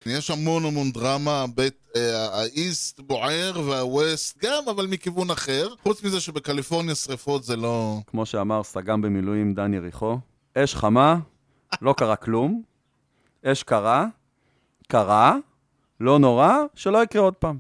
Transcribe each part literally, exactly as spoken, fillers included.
יש המון המון דרמה, האיסט בוער והווסט גם, אבל מכיוון אחר. חוץ מזה שבקליפורניה שריפות זה לא... כמו שאמר סג"ם במילואים דן יריחו, אש חמה, לא קרה כלום, אש קרה, קרה, לא נורא, שלא יקרה עוד פעם.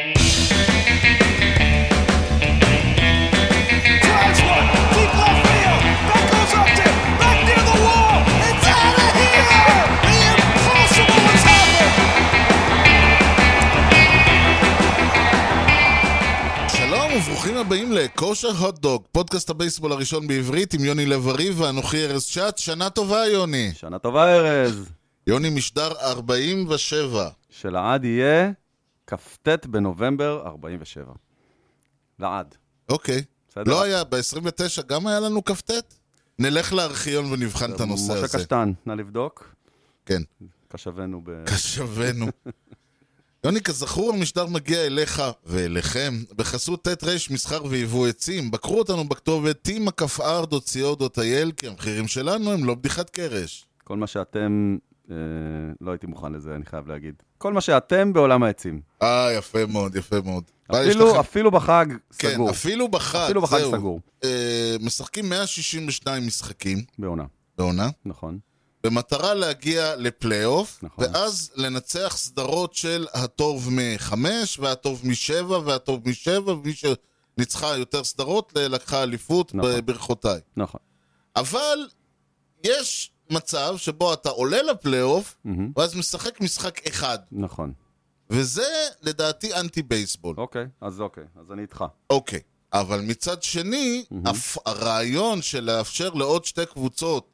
וברוכים הבאים לכושר הוט-דוג, פודקאסט הבייסבול הראשון בעברית עם יוני לב-ארי ואנוכי ארז שץ. שנה טובה יוני. שנה טובה ארז. יוני, משדר ארבעים ושבע. שלעד יהיה כ"ט בנובמבר ארבעים ושבע. לעד. אוקיי. בסדר? לא היה, ב-עשרים ותשע גם היה לנו כ"ט? נלך לארכיון ונבחן את הנושא הזה. משה קשטן, נא לבדוק. כן. קשבנו ב... קשבנו. יוני, כזכור, המשדר מגיע אליך ואליכם בחסות תת רש מסחר ויבוא עצים. בקרו אותנו בכתובת טי מקף אר דוט סי או דוט איי אל, כי המחירים שלנו הם לא בדיחת קרש. כל מה שאתם, אה, לא הייתי מוכן לזה, אני חייב להגיד. כל מה שאתם בעולם העצים. אה, יפה מאוד, יפה מאוד. אפילו, לכם... אפילו בחג כן, סגור. כן, אפילו בחג, אפילו בחג זהו. סגור. אה, משחקים מאה שישים ושניים משחקים. בעונה. בעונה. נכון. במטרה להגיע לפלייאוף, נכון. ואז לנצח סדרות של הטוב מחמש, והטוב משבע, והטוב משבע, ומי שניצחה יותר סדרות לקחה אליפות. נכון. בברכותיי. נכון. אבל יש מצב שבו אתה עולה לפלייאוף, mm-hmm. ואז משחק משחק אחד. נכון. וזה לדעתי אנטי בייסבול. אוקיי, אז אוקיי, אז אני איתך. אוקיי, אבל מצד שני, mm-hmm. הרעיון של לאפשר לעוד שתי קבוצות,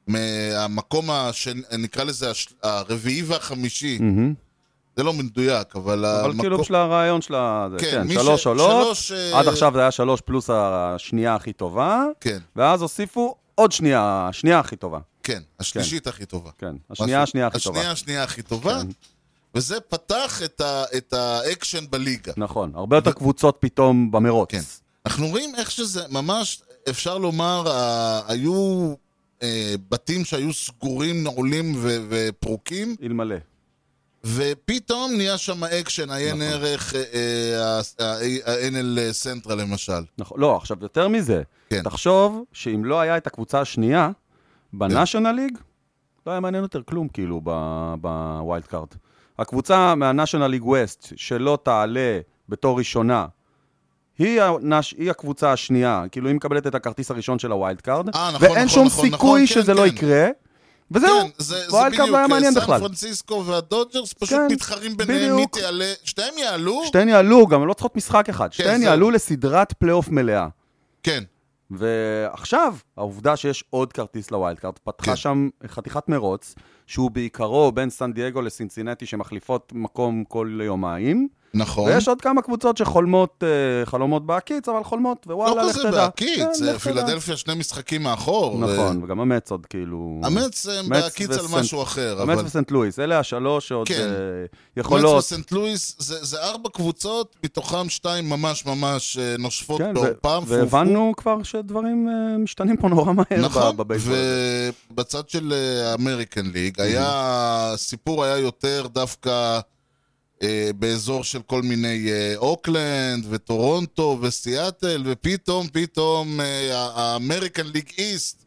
מהמקום שנקרא לזה הרביעי והחמישי, mm-hmm. זה לא מדויק, אבל... אבל המקום... כאילו של הרעיון של ה... כן, כן, שלוש ש... עולות, שלוש... עד עכשיו זה היה שלוש פלוס השנייה הכי טובה, כן. ואז הוסיפו עוד שנייה, השנייה הכי טובה. כן, השלישית כן. הכי טובה. כן, השנייה השנייה הכי טובה. השנייה השנייה הכי טובה, כן. וזה פתח את, ה... את האקשן בליגה. נכון, הרבה יותר ו... קבוצות פתאום במרוץ. כן. אנחנו רואים איך שזה ממש, אפשר לומר, ה... היו... בתים שהיו סגורים, נעולים ו- ופרוקים. אלמלא. ופתאום נהיה שם אקשן, עיין ערך ה-אן אל סנטרל למשל. נכון, לא, עכשיו יותר מזה. כן. תחשוב שאם לא היה את הקבוצה השנייה, בנאשונל ליג, לא היה מעניין יותר כלום כאילו בווילד קארד. הקבוצה מהנאשונל ליג ווסט שלא תעלה בתור ראשונה, היא, הנש... היא הקבוצה השנייה, כאילו היא מקבלת את הכרטיס הראשון של הווילד קארד, 아, נכון, ואין נכון, שום נכון, סיכוי נכון, שזה כן, לא כן. יקרה, וזהו, כן, זה, ווילד קארד לא היה מעניין בכלל. סן פרנסיסקו והדודג'רס פשוט כן, מתחרים ביניהם, מי תעלה, שתיהם יעלו? שתיהם יעלו, גם לא צריכות משחק אחד, כן, שתיהם יעלו לסדרת פלייאוף מלאה. כן. ועכשיו, העובדה שיש עוד כרטיס לווילד קארד, פתחה כן. שם חתיכת מרוץ, שהוא בעיקרו בין סן דייגו לסינסינטי, שמחליפות מקום כל יומיים, נכון. ויש עוד כמה קבוצות שחולמות חלומות בהקיץ, אבל חולמות, ווואלה, לך תדע. לא כזה בהקיץ, כן, פילדלפיה שני משחקים מאחור. נכון, ו... וגם המץ עוד כאילו... המץ הם בהקיץ וסנט... על משהו אחר. המץ אבל... וסנט לואיס, אלה השלוש שעוד כן. יכולות... המץ וסנט לואיס, זה, זה ארבע קבוצות, מתוכם שתיים ממש ממש נושפות כן, פעם. ו- והבנו כבר שדברים משתנים פה נורא מהר. נכון, בבייסבול. ובצד של אמריקן ליג, היה, הסיפור היה יותר דווקא... באזור של כל מיני אוקלנד וטורונטו וסיאטל, ופתאום, פתאום האמריקן ליג איסט,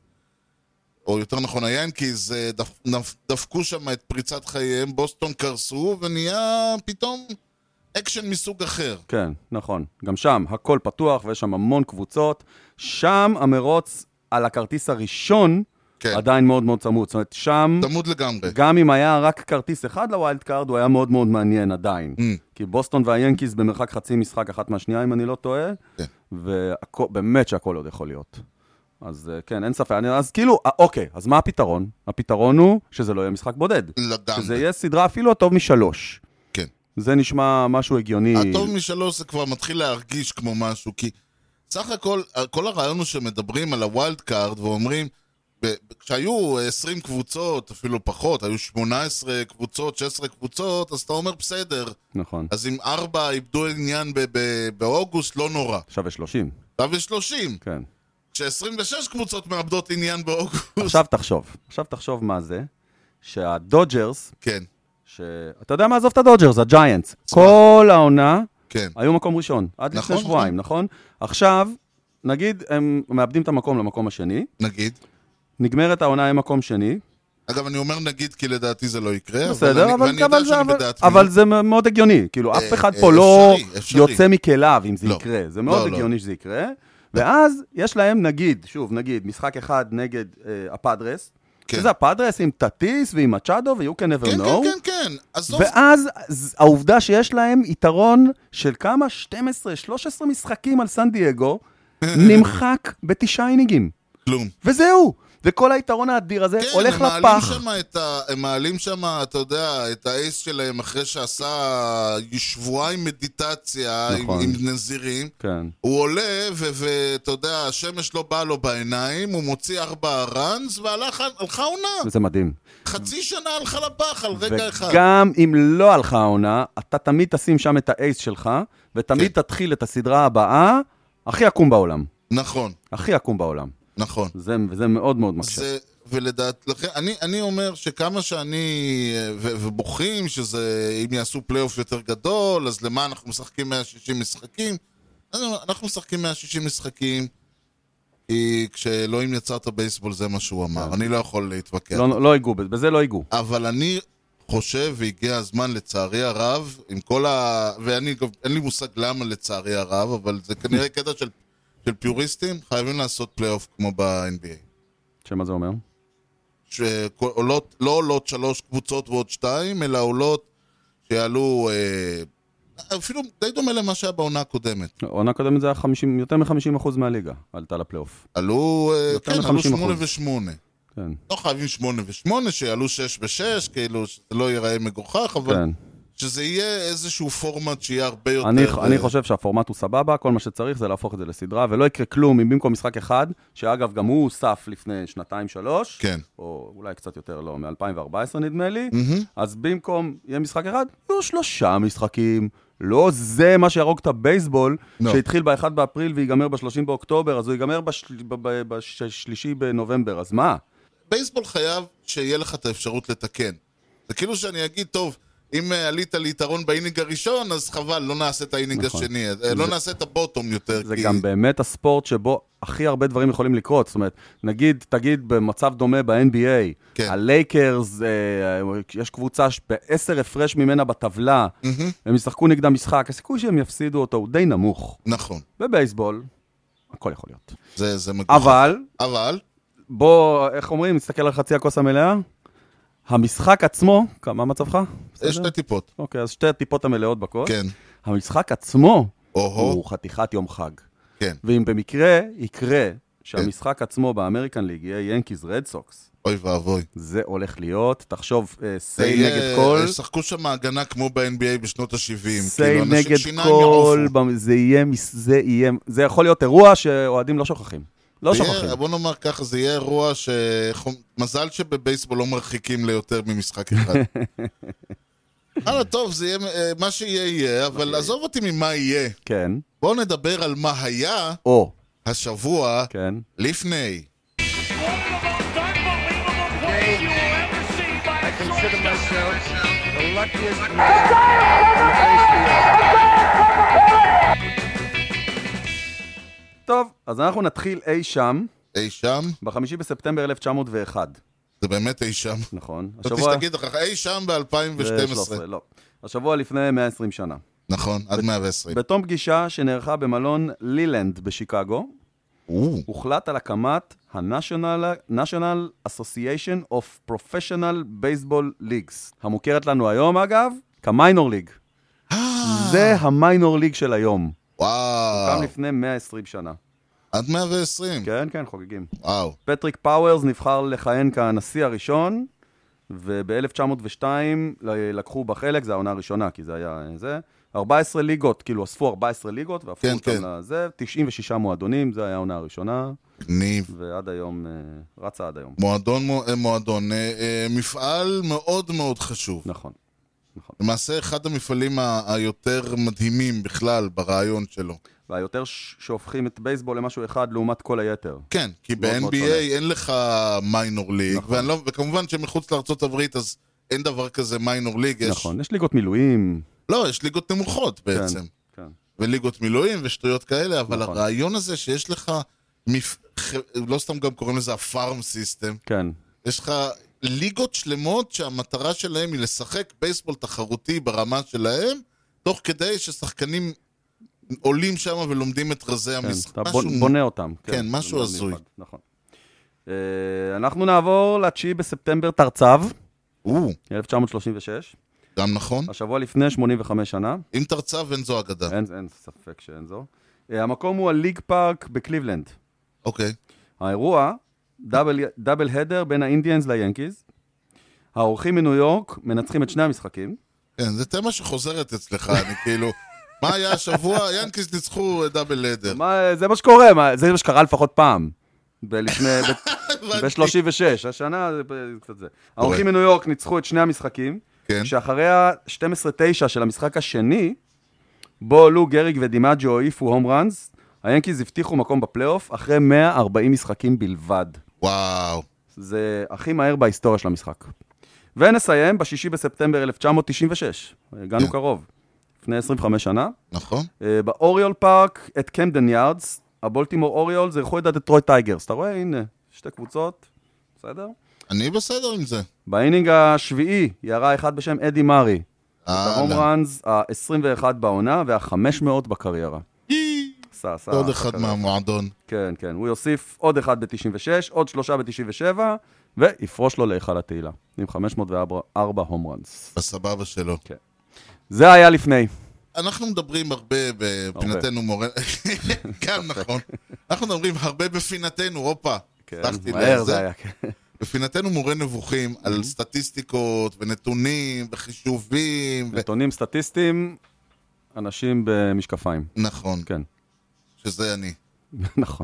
או יותר נכון היאנקיז, דפקו שם את פריצת חייהם, בוסטון קרסו, ונהיה פתאום אקשן מסוג אחר. כן, נכון. גם שם הכל פתוח, ויש שם המון קבוצות. שם המרוץ על הכרטיס הראשון, כן. עדיין מאוד מאוד צמוד, זאת אומרת שם... צמוד לגמרי. גם אם היה רק כרטיס אחד לווילד קארד, הוא היה מאוד מאוד מעניין עדיין. Mm. כי בוסטון והיאנקיז במרחק חצי משחק אחת מהשנייה, אם אני לא טועה, כן. ובאמת שהכל עוד יכול להיות. אז כן, אין ספק. אז כאילו, אוקיי, אז מה הפתרון? הפתרון הוא שזה לא יהיה משחק בודד. לגמרי. שזה יהיה סדרה אפילו הטוב משלוש. כן. זה נשמע משהו הגיוני. הטוב משלוש זה כבר מתחיל להרגיש כמו משהו, כי סך הכל, כל הרעיון הוא שמדברים על הווילד קארד ואומרים, כשהיו עשרים קבוצות, אפילו פחות, היו שמונה עשרה קבוצות, שש עשרה קבוצות, אז אתה אומר בסדר. נכון. אז אם ארבע איבדו עניין באוגוסט, לא נורא. עכשיו יש שלושים. עכשיו יש שלושים. כן. כש-עשרים ושש קבוצות מאבדות עניין באוגוסט. עכשיו תחשוב. עכשיו תחשוב מה זה, שהדודג'רס, כן. שאתה יודע מה, עזוב את הדודג'רס, הג'יינטס. כל העונה כן. היו מקום ראשון, עד לפני שבועיים, נכון? עכשיו, נגיד, הם מאבדים את המקום למקום השני. נגיד. נגמרת העונה עם מקום שני. אגב, אני אומר נגיד, כי לדעתי זה לא יקרה, בסדר, אבל אני יודע שאני בדעת מי. אבל זה מאוד הגיוני, כאילו, אף אחד פה לא יוצא מכליו אם זה יקרה. זה מאוד הגיוני שזה יקרה. ואז יש להם, נגיד, שוב, נגיד, משחק אחד נגד הפאדרס, שזה הפאדרס עם טטיס ועם מצ'אדו, ו-you can never know. כן, כן, כן. ואז העובדה שיש להם יתרון של כמה? שתים עשרה שלוש עשרה משחקים על סן דייגו, נמחק בתשעה אינינגים. כלום. וזהו. וכל היתרון האדיר הזה הולך לפח. הם מעלים שם, אתה יודע, את האייס שלהם אחרי שעשה שבועיים מדיטציה עם נזירים. הוא עולה, ואתה יודע, השמש לא באה לו בעיניים, הוא מוציא ארבע ראנס, והלכה עונה. וזה מדהים. חצי שנה הלכה לפח על רגע אחד. וגם אם לא הלכה עונה, אתה תמיד תשים שם את האייס שלך, ותמיד תתחיל את הסדרה הבאה, הכי עקום בעולם. נכון. הכי עקום בעולם. נכון. זה, וזה מאוד מאוד מקשה. זה, ולדעת, לכן, אני, אני אומר שכמה שאני, ו, ובוכים שזה, אם יעשו פלייאוף יותר גדול, אז למה אנחנו משחקים מאה ושישים משחקים? אנחנו משחקים מאה ושישים משחקים, כי כשאלוהים יצר את הבייסבול זה מה שהוא אמר. אני לא יכול להתווכח. לא, לא היגעו, בזה לא היגעו. אבל אני חושב, והגיע הזמן לצערי הרב, עם כל ה... ואני, אין לי מושג למה לצערי הרב, אבל זה כנראה קטע של... של פיוריסטים, חייבים לעשות פלייאוף כמו ב-אן בי איי. שמה זה אומר? שעולות, לא עולות שלוש קבוצות ועוד שתיים, אלא עולות שיעלו, אה, אפילו די דומה למה שהיה בעונה הקודמת. העונה הקודמת זה היה חמישים, יותר מ-חמישים אחוז מהליגה, עלתה לפלייאוף. עלו, כן, עלו שמונה ושמונה. כן. לא חייבים שמונה ושמונה, שיעלו שש ושש, כאילו שזה לא ייראה מגוחך, אבל... כן. שזה יהיה איזשהו פורמט שיהיה הרבה יותר... אני, אני חושב שהפורמט הוא סבבה, כל מה שצריך זה להפוך את זה לסדרה, ולא יקרה כלום אם במקום משחק אחד, שאגב גם הוא הוסף לפני שנתיים שלוש, כן. או אולי קצת יותר לא, מ-אלפיים וארבע עשרה נדמה לי, mm-hmm. אז במקום יהיה משחק אחד, יהיו שלושה משחקים, לא זה מה שירוג את הבייסבול, no. שהתחיל ב-אחד באפריל ויגמר ב-שלושים באוקטובר, אז הוא ייגמר בשלישי בנובמבר, אז מה? בייסבול חייב שיהיה לך את האפשרות לתקן. זה כאילו שאני אגיד, טוב, אם עלית ליתרון באינינג הראשון, אז חבל, לא נעשה את האינינג נכון. השני, זה... לא נעשה את הבוטום יותר. זה כי... גם באמת הספורט שבו הכי הרבה דברים יכולים לקרות, זאת אומרת, נגיד, תגיד במצב דומה ב-אן בי איי, כן. הלייקרס, אה, יש קבוצה בעשר הפרש ממנה בטבלה, mm-hmm. הם ישחקו נגדם משחק, הסיכוי שהם יפסידו אותו הוא די נמוך. נכון. בבייסבול, הכל יכול להיות. זה, זה מגוחך. אבל, אבל, בוא, איך אומרים, נסתכל על חצי הכוס המלאה, המשחק עצמו, מה מצבך? שתי טיפות. אוקיי, אז שתי הטיפות המלאות בכוס. כן. המשחק עצמו אוהו. הוא חתיכת יום חג. כן. ואם במקרה יקרה שהמשחק כן. עצמו באמריקן ליג יהיה ינקיז רד סוקס. אוי ואבוי. זה הולך להיות, תחשוב, סייל נגד כל... שחקו שם הגנה כמו ב-אן בי איי בשנות ה-שבעים. סייל כאילו, נגד כל... זה יהיה, זה יהיה... זה יכול להיות אירוע שאוהדים לא שוכחים. לא שוכחים. בוא נאמר ככה, זה יהיה אירוע ש... מזל שבבייסבול לא מרחיקים ליותר ממשחק אחד. הלאה, טוב, זה יהיה... מה שיהיה יהיה, אבל עזוב אותי ממה יהיה. כן. בואו נדבר על מה היה או. השבוע כן. לפני. טוב, אז אנחנו נתחיל אי שם. אי שם? בחמישי בספטמבר אלף תשע מאות ואחת. זה באמת אי שם. נכון. חשבתי שתגיד לך, אי שם ב-אלפיים ושתים עשרה. לא. השבוע לפני מאה ועשרים שנה. נכון, עד מאה ועשרים. בתום פגישה שנערכה במלון לילנד בשיקגו, הוחלט על הקמת ה-National Association of Professional Baseball Leagues, המוכרת לנו היום אגב, כמיינור ליג. זה המיינור ליג של היום. וואו. הוקם לפני מאה ועשרים שנה. עד מאה ועשרים. כן, כן, חוגגים. וואו. פטריק פאוורס נבחר לכהן כנשיא הראשון, וב-אלף תשע מאות ושתיים לקחו בחלק, זה העונה הראשונה, כי זה היה זה, ארבע עשרה ליגות, כאילו אספו ארבע עשרה ליגות, והפכו כן, אותם כן. לזה, תשעים ושישה מועדונים, זה היה העונה הראשונה. ניב. ועד היום, רצה עד היום. מועדון, מועדון, מפעל מאוד מאוד חשוב. נכון. נכון. למעשה אחד המפעלים היותר מדהימים בכלל ברעיון שלו. והיותר שהופכים את בייסבול למשהו אחד לעומת כל היתר. כן, כי ב-אן בי איי אין לך מיינור ליג, וכמובן שמחוץ לארצות הברית אז אין דבר כזה מיינור ליג. נכון, יש ליגות מילואים. לא, יש ליגות נמוכות בעצם. כן. וליגות מילואים ושטויות כאלה, אבל הרעיון הזה שיש לך, לא סתם גם קוראים לזה הפארם סיסטם. כן. יש לך ליגות שלמות שהמטרה שלהם היא לשחק בייסבול תחרותי ברמה שלהם, תוך כדי ששחקנים עולים שם ולומדים את רזי המשחק. אתה בונה אותם. כן, משהו הזוי. נכון. אנחנו נעבור לתשיעי בספטמבר תרצב, אלף תשע מאות שלושים ושש. גם נכון. השבוע לפני שמונים וחמש שנה. אם תרצב, אין זו אגדה. אין, אין ספק שאין זו. המקום הוא הליג פארק בקליבלנד. אוקיי. האירוע, דאבל, דאבל הדר בין האינדיאנס ליאנקיז. האורחים מניו יורק מנצחים את שני המשחקים. כן, זה תמה שחוזרת אצלך, אני כאילו... מה היה השבוע? יאנקיז ניצחו דאבל הדר. זה מה שקורה, מה, זה מה שקרה לפחות פעם. בלפני... ב-שלושים ושש, השנה זה קצת זה. האורחים מניו יורק ניצחו את שני המשחקים. שאחרי ה-שתים עשרה תשע של המשחק השני, בו לו גריג ודימג'ו העיפו הום ראנס, היאנקיז הבטיחו מקום בפלייאוף אחרי מאה וארבעים משחקים בלבד. וואו. זה הכי מהר בהיסטוריה של המשחק. ונסיים בשישי בספטמבר אלף תשע מאות תשעים ושש. הגענו yeah. קרוב. לפני עשרים וחמש שנה. נכון. Uh, באוריול פארק, את קמדן יארדס, הבולטימור אוריולס אירחו את הדטרויט טייגרס. אתה רואה? הנה, שתי קבוצות. בסדר? אני בסדר עם זה. באינינג השביעי, ירה אחד בשם אדי מארי. את ההום ראנס ה-עשרים ואחת בעונה וה-חמש מאות בקריירה. עוד אחד מהמועדון. כן, כן. הוא יוסיף עוד אחד ב-תשעים ושש, עוד שלושה ב-תשעים ושבע, ויפרוש לו להיכל התהילה. עם חמש מאות וארבע הום ראנס. בסבבה שלו. כן. זה היה לפני. אנחנו מדברים הרבה בפינתנו מורה... גם נכון. אנחנו מדברים הרבה בפינתנו, הופה. כן, מהר זה היה, כן. בפינתנו מורה נבוכים על סטטיסטיקות ונתונים וחישובים. נתונים סטטיסטיים, אנשים במשקפיים. נכון. כן. שזה אני. נכון.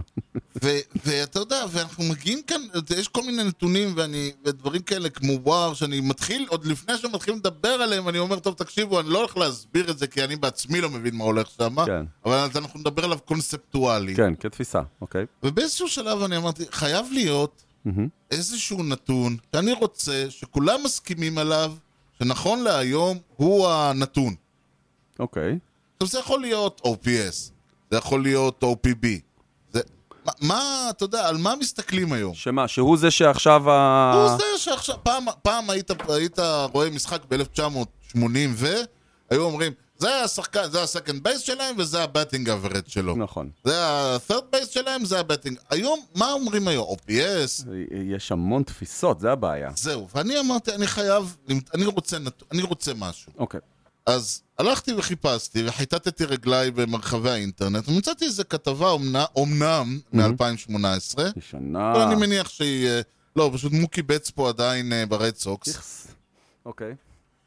ואתה יודע, ואנחנו מגיעים כאן, יש כל מיני נתונים ודברים כאלה כמו וואר, שאני מתחיל, עוד לפני שמתחילים לדבר עליהם, אני אומר, טוב, תקשיבו, אני לא הולך להסביר את זה, כי אני בעצמי לא מבין מה הולך שם, אבל אנחנו נדבר עליו קונספטואלי. כן, כתפיסה, אוקיי. ובאיזשהו שלב אני אמרתי, חייב להיות איזשהו נתון שאני רוצה שכולם מסכימים עליו, שנכון להיום הוא הנתון. אוקיי. עכשיו זה יכול להיות או פי אס, זה יכול להיות או פי בי. זה, מה, מה, אתה יודע, על מה מסתכלים היום? שמה, שהוא זה שעכשיו ה... הוא זה שעכשיו, פעם, פעם היית, היית רואה משחק ב-אלף תשע מאות שמונים והיו אומרים, זה השחקן, זה הסקנד בייס שלהם וזה הבטינג אברד שלו. נכון. זה ה-third בייס שלהם, זה הבטינג. היום, מה אומרים היום? או פי אס? יש המון תפיסות, זה הבעיה. זהו, ואני אמרתי, אני חייב, אני רוצה, אני רוצה משהו. אוקיי. אז הלכתי וחיפשתי וחיטטתי רגליי במרחבי האינטרנט ומצאתי איזו כתבה אומנם מ-אלפיים שמונה עשרה. שנה. אבל אני מניח שהיא... לא, פשוט מוקי בץ פה עדיין ברד סוקס. אוקיי.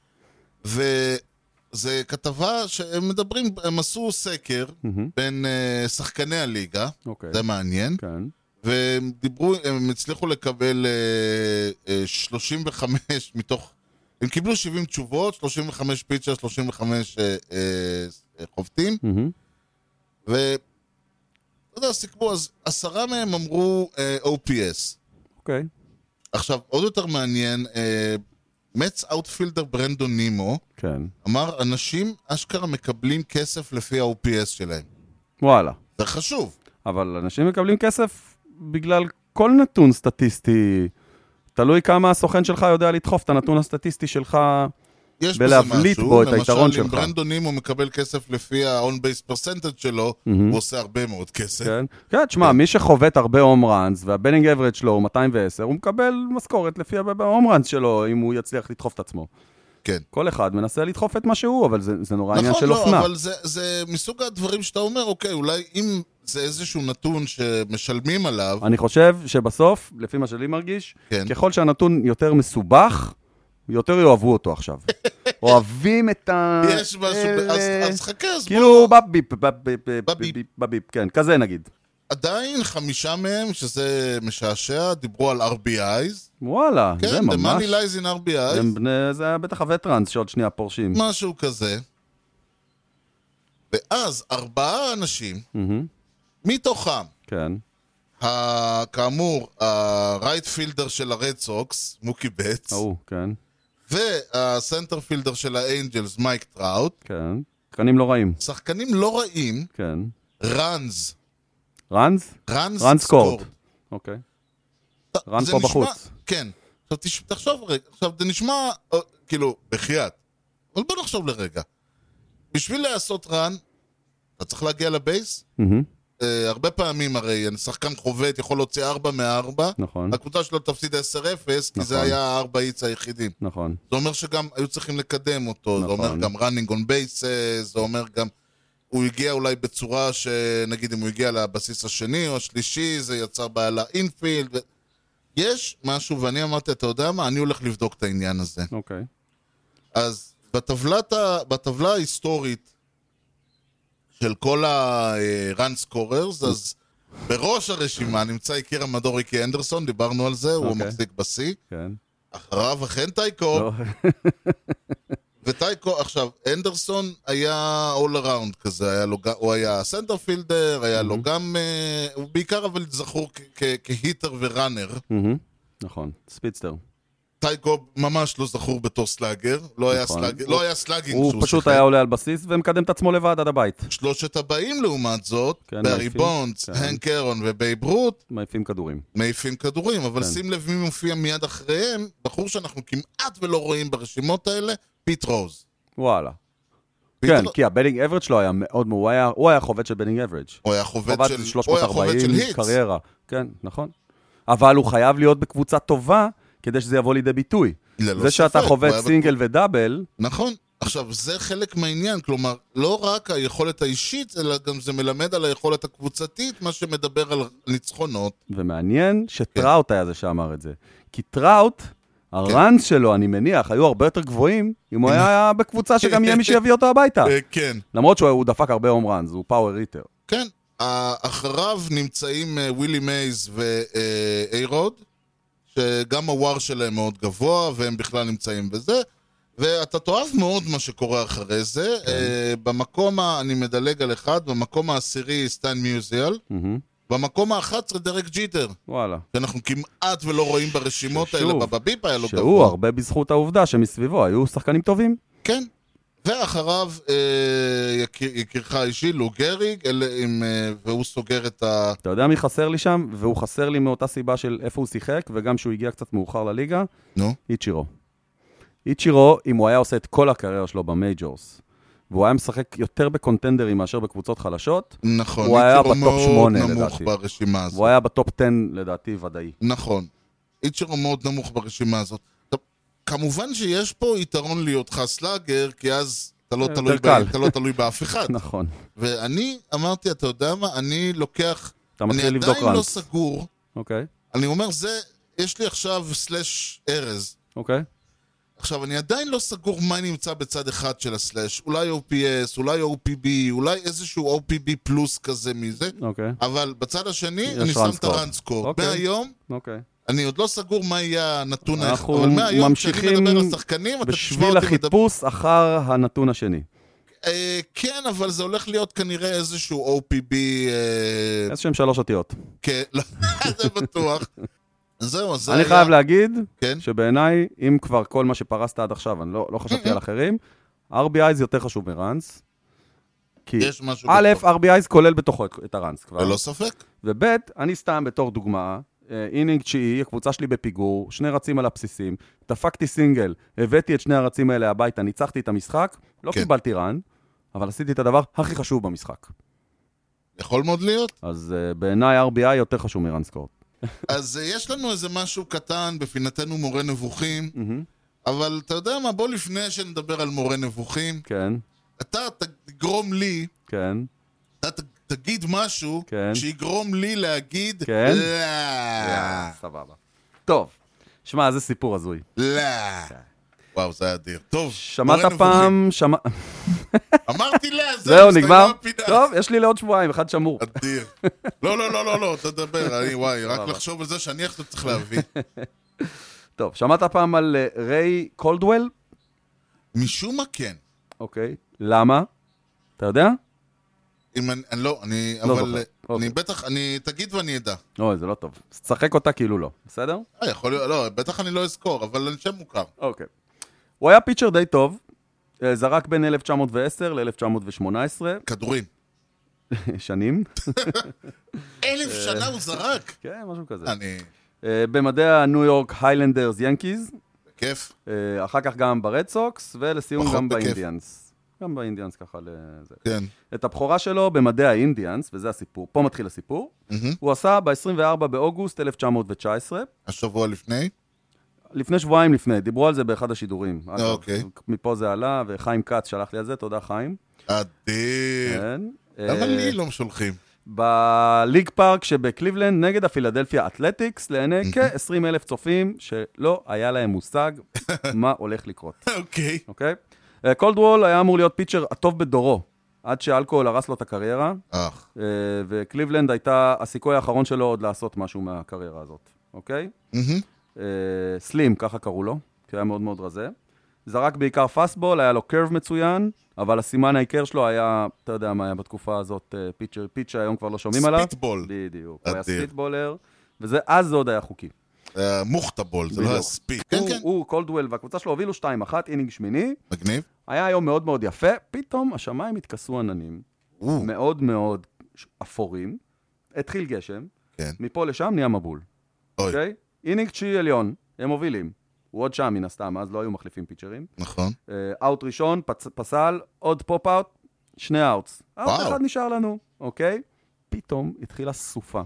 וזה כתבה שהם מדברים, הם עשו סקר בין שחקני הליגה. זה מעניין. כן. והם דיברו, הם הצליחו לקבל שלושים וחמש מתוך... הם קיבלו שבעים תשובות, שלושים וחמש פיצ'ר, שלושים וחמש אה, אה, חובטים, mm-hmm. ו... אתה יודע, סיכמו, אז עשרה מהם אמרו אה, או פי אס. אוקיי. Okay. עכשיו, עוד יותר מעניין, אה, מצ אאוטפילדר ברנדון נימו, כן. אמר, אנשים אשכרה מקבלים כסף לפי ה-או פי אס שלהם. וואלה. זה חשוב. אבל אנשים מקבלים כסף בגלל כל נתון סטטיסטי... תלוי כמה הסוכן שלך יודע לדחוף את הנתון הסטטיסטי שלך בלהבליט בו את היתרון שלך. למשל, אם ברנדון נימו מקבל כסף לפי ה-on-base percentage שלו, הוא עושה הרבה מאוד כסף. כן, תשמע, מי שחובט הרבה הום ראנס, והבנינג אברד שלו הוא מאתיים ועשר, הוא מקבל משכורת לפי ההום ראנס שלו, אם הוא יצליח לדחוף את עצמו. כן. כל אחד מנסה לדחוף את מה שהוא, אבל זה נורא עניין של אופנה. נכון, לא, אבל זה מסוג הדברים שאתה אומר, אוקיי, אולי אם זה איזשהו נתון שמשלמים עליו... אני חושב שבסוף, לפי מה שלי מרגיש, ככל שהנתון יותר מסובך, יותר יאהבו אותו עכשיו. אוהבים את ה... יש משהו, אז חכה, אז בוא... כאילו בביפ, בביפ, בביפ, כן, כזה נגיד. עדיין חמישה מהם, שזה משעשע, דיברו על אר בי איז. וואלה, זה ממש... כן, the money lies in אר בי איז. זה היה בטח הווטרנס שעוד שנייה פורשים. משהו כזה. ואז ארבעה אנשים, מתוכם, כן. כאמור, הרייט פילדר של הרד סוקס, מוקי בץ. או, כן. והסנטר פילדר של האנג'לס, מייק טראוט. כן. שחקנים לא רעים. שחקנים לא רעים. כן. ראנז. ראנז? ראנז ראנז סקורד. אוקיי. ראנז פה בחוץ. כן. עכשיו תחשוב רגע, עכשיו זה נשמע, כאילו, בחייאת. אבל בוא נחשוב לרגע. בשביל לעשות רן, אתה צריך להגיע לבייס. הרבה פעמים הרי שחקן חובט יכול להוציא ארבע מארבע. נכון. הקבוצה שלו תפסיד עשר אפס, כי זה היה הארבע איץ היחידים. נכון. זה אומר שגם היו צריכים לקדם אותו. זה אומר גם running on bases, זה אומר גם... הוא הגיע אולי בצורה שנגיד אם הוא הגיע לבסיס השני או השלישי, זה יצר בעיה לאינפילד. ו... יש משהו, ואני אמרתי, אתה יודע מה? אני הולך לבדוק את העניין הזה. אוקיי. אז בטבלת ה... בטבלה ההיסטורית של כל ה-run scorers, אז בראש הרשימה נמצא יקיר המדור ריקי אנדרסון, דיברנו על זה, הוא מחזיק בסי. כן. אחריו אכן טייקו. וטייקו, עכשיו, אנדרסון היה all around כזה, היה לו, הוא היה סנטר פילדר, היה לו גם, הוא בעיקר אבל זכור כהיטר וראנר. נכון, ספיצטר. טייקו ממש לא זכור בתור סלאגר, לא היה סלאגינג. הוא פשוט היה עולה על בסיס ומקדם את עצמו לבד עד הבית. שלושת הבאים לעומת זאת, בארי בונדס, הנק ארון ובייב רות, מעיפים כדורים. מעיפים כדורים, אבל שים לב מי מופיע מיד אחריהם, בחור שאנחנו כמעט ולא רואים ברשימות האלה, פיט רוז. וואלה. כן, כי הבטינג אברג' שלו היה מאוד, הוא היה חובט של בטינג אברג'. הוא היה חובט של שלוש מאות וארבעים קריירה. כן, נכון. אבל הוא חייב להיות בקבוצה טובה, כדי שזה יבוא לידי ביטוי. זה שאתה חובט סינגל ודאבל. נכון. עכשיו, זה חלק מהעניין. כלומר, לא רק היכולת האישית, אלא גם זה מלמד על היכולת הקבוצתית, מה שמדבר על ניצחונות. ומעניין שטראוט היה זה שאמר את זה. כי טראוט, הראנס שלו, אני מניח, היו הרבה יותר גבוהים, אם הוא היה בקבוצה שגם יהיה מי שיביא אותו הביתה. כן. למרות שהוא דפק הרבה הום ראנס, הוא פאוור ריטר. כן. אחריו נמצאים ווילי מייז ואיירוד, שגם הוואר שלהם מאוד גבוה, והם בכלל נמצאים בזה, ואתה תאהב מאוד מה שקורה אחרי זה. במקום, אני מדלג על אחד, במקום העשירי סטיין מיוזיאל, במקום ה-אחת עשרה דרק ג'יטר. וואלה. שאנחנו כמעט ולא רואים ברשימות האלה, בביפ היה לו גבוה. שהוא הרבה בזכות העובדה שמסביבו היו שחקנים טובים. כן. ואחריו יקירך האישי, לו גריג, והוא סוגר את ה... אתה יודע מי חסר לי שם? והוא חסר לי מאותה סיבה של איפה הוא שיחק, וגם שהוא הגיע קצת מאוחר לליגה. נו? איצ'ירו. איצ'ירו, אם הוא היה עושה את כל הקריירה שלו במייג'ורס, והוא היה משחק יותר בקונטנדרים מאשר בקבוצות חלשות, נכון, הוא היה בטופ שמונה לדעתי. לדעתי. ברשימה הזאת. הוא היה בטופ עשר לדעתי ודאי. נכון. איצ'ירו מאוד נמוך ברשימה הזאת. כמובן שיש פה יתרון להיותך סלאגר, כי אז אתה לא, תלוי, ב... אתה לא תלוי באף אחד. נכון. ואני אמרתי, אתה יודע מה, אני לוקח... אתה מתחיל לבדוק רנס. אני עדיין לא סגור. אוקיי. אני אומר, זה, יש לי עכשיו סלש ארז. אוקיי. עכשיו, אני עדיין לא סגור מה נמצא בצד אחד של הסלש. אולי או פי אס, אולי או פי בי, אולי איזשהו או פי בי פלוס כזה מזה. אוקיי. אבל בצד השני, אני שם את הרנסקור. אוקיי. מהיום... אוקיי. אני עוד לא סגור מה יהיה הנתון האחד, אבל מהיום כשאני מדבר על שחקנים, אתה תשמע בשביל החיפוש אחר הנתון השני. כן, אבל זה הולך להיות כנראה איזשהו או פי בי... איזשהם שלוש אותיות. כן, זה בטוח. זהו, זה היה... אני חייב להגיד שבעיניי, אם כבר כל מה שפרסת עד עכשיו, אני לא חשבתי על אחרים, אר בי איי זה יותר חשוב מראנס. כי א', אר בי איי כולל בתוכו את הראנס כבר. ולא ספק. וב', אני סתם בתור דוגמה, אינינג תשיעי, הקבוצה שלי בפיגור, שני רצים על הבסיסים, דפקתי סינגל, הבאתי את שני הרצים האלה הביתה, ניצחתי את המשחק, לא כן. קיבלתי רן, אבל עשיתי את הדבר הכי חשוב במשחק. יכול מאוד להיות. אז uh, בעיניי אר בי איי יותר חשוב מרן סקורט. אז uh, יש לנו איזה משהו קטן, בפינתנו מורה נבוכים, אבל אתה יודע מה, בוא לפני שנדבר על מורה נבוכים, כן. אתה תגרום לי, כן. אתה תגיד משהו כן. שיגרום לי להגיד כן. לא. סבבה. טוב, שמע, זה סיפור הזוי. לא. וואו, זה היה אדיר. טוב, שמעת פעם, שמע... אמרתי לא, זהו, נגמר. טוב, יש לי לעוד שבועיים, אחד שמור. אדיר. לא, לא, לא, לא, לא, תדבר, אני, וואי, רק לחשוב על זה שאני איך אתה צריך להביא. טוב, שמעת פעם על ריי קולדוול? משום מה כן. אוקיי, למה? אתה יודע? אם אני, אני לא, אני, לא אבל, זוכר. אני אוקיי. בטח, אני, תגיד ואני אדע. אוי, זה לא טוב. תשחק אותה כאילו לא, בסדר? אה, יכול להיות, לא, בטח אני לא אזכור, אבל אני שם מוכר. אוקיי. הוא היה פיצ'ר די טוב, זרק בין אלף תשע מאות ועשר ל-אלף תשע מאות ושמונה עשרה. כדורים. שנים. אלף שנה הוא זרק? כן, משהו כזה. אני... במדעי הניו יורק היילנדרס ינקיז. בכיף. אחר כך גם ברד סוקס, ולסיום גם בכיף. באינדיאנס. גם באינדיאנס ככה לזה. כן. את הבכורה שלו במדעי האינדיאנס, וזה הסיפור, פה מתחיל הסיפור, הוא עשה ב-עשרים וארבעה באוגוסט אלף תשע מאות תשע עשרה. השבוע לפני? לפני שבועיים לפני, דיברו על זה באחד השידורים. אוקיי. מפה זה עלה, וחיים כץ שלח לי על זה, תודה חיים. אדיר. כן. למה לי לא שולחים? בליג פארק שבקליבלנד נגד הפילדלפיה אתלטיקס, לעיני כ-עשרים אלף צופים שלא היה להם מושג מה הולך לקרות. אוקיי. אוקיי? קולדוול היה אמור להיות פיצ'ר הטוב בדורו, עד שאלכוהול הרס לו את הקריירה, אך. וקליבלנד הייתה הסיכוי האחרון שלו עוד לעשות משהו מהקריירה הזאת. אוקיי? סלים, ככה קראו לו, כי היה מאוד מאוד רזה. זרק בעיקר פאסטבול, היה לו קרב מצוין, אבל הסימן העיקר שלו היה, אתה יודע מה היה בתקופה הזאת, פיצ'ר, פיצ'ר היום כבר לא שומעים עליו. ספיטבול. בדיוק, הוא היה ספיטבולר, ואז זה עוד היה חוקי. מוכתבול, זה לא היה ספיט. כן, כן. הוא, קולדוול, והקבוצה שלו הובילו שתיים אחת, אינינג שמיני. מגניב. היה היום מאוד מאוד יפה, פתאום השמיים התכסו עננים. מאוד מאוד אפורים. התחיל גשם. כן. מפה לשם נהיה מבול. אוי. אינינג תשיעי עליון, הם מובילים. הוא עוד שם מן הסתם, אז לא היו מחליפים פיצ'רים. נכון. אאוט ראשון, פסל, עוד פופ-אוט, שני אאוטס. אאוט אחד נשאר לנו, אוקיי? פתאום התחילה סופה.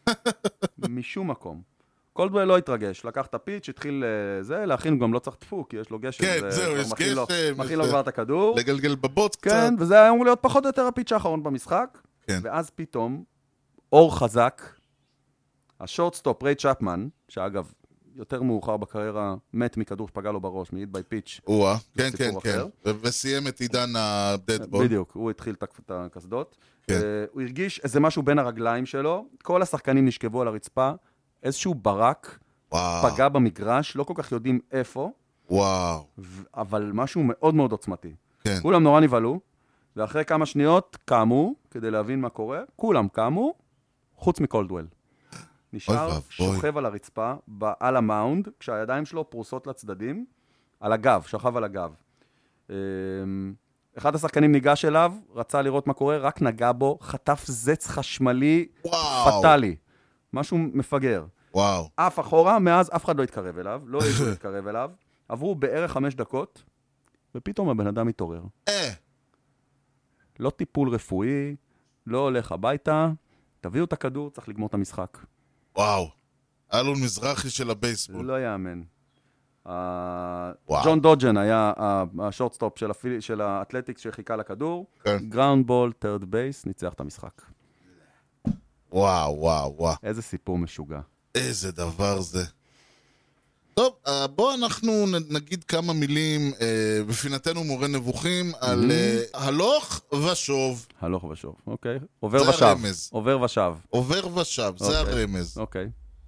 משום מקום. קולדוול לא התרגש, לקח את הפיץ', התחיל זה, להכין גם לא צריך דפוק, כי יש לו גשם. כן, זהו, יש גשם. מכין לו כבר את הכדור. לגלגל בבוט קצת. כן, וזה היה אמור להיות פחות או יותר הפיץ' האחרון במשחק. כן. ואז פתאום, אור חזק, השורטסטופ, ריי צ'פמן, שאגב, יותר מאוחר בקריירה, מת מכדור שפגע לו בראש, מעיד בי פיץ'. וואה, כן, כן, כן. וסיים את עידן הדדבול. בדיוק, הוא התחיל את הכסדות. הוא הרגיש איזה משהו בין הרגליים שלו, כל השחקנים נשכבו על הרצפה, איזשהו ברק, פגע במגרש, לא כל כך יודעים איפה. וואו. אבל משהו מאוד מאוד עוצמתי. כן. כולם נורא נבהלו, ואחרי כמה שניות קמו, כדי להבין מה קורה, כולם קמו, חוץ מקולדוול. נשאר שוכב על הרצפה, על המאונד, כשהידיים שלו פרוסות לצדדים, על הגב, שכב על הגב. אחד השחקנים ניגש אליו, רצה לראות מה קורה, רק נגע בו, חטף זץ חשמלי פטלי. משהו מפגר. וואו. אף אחורה, מאז אף אחד לא התקרב אליו, לא ישו להתקרב אליו. עברו בערך חמש דקות, ופתאום הבן אדם מתעורר. אה. לא טיפול רפואי, לא הולך הביתה, תביאו את הכדור, צריך לגמור את המשחק. וואו. אלון מזרחי של הבייסבול. לא יאמן. ג'ון דוג'ן היה השורטסטופ של האתלטיקס שחיכה לכדור. גראונד בול, טרד בייס, ניצח את המשחק. וואו, וואו, וואו. איזה סיפור משוגע. איזה דבר זה. טוב, בואו אנחנו נגיד כמה מילים בפינתנו מורה נבוכים על הלוך ושוב. הלוך ושוב, אוקיי. עובר ושב. זה הרמז. עובר ושב. עובר ושב, זה הרמז. אוקיי.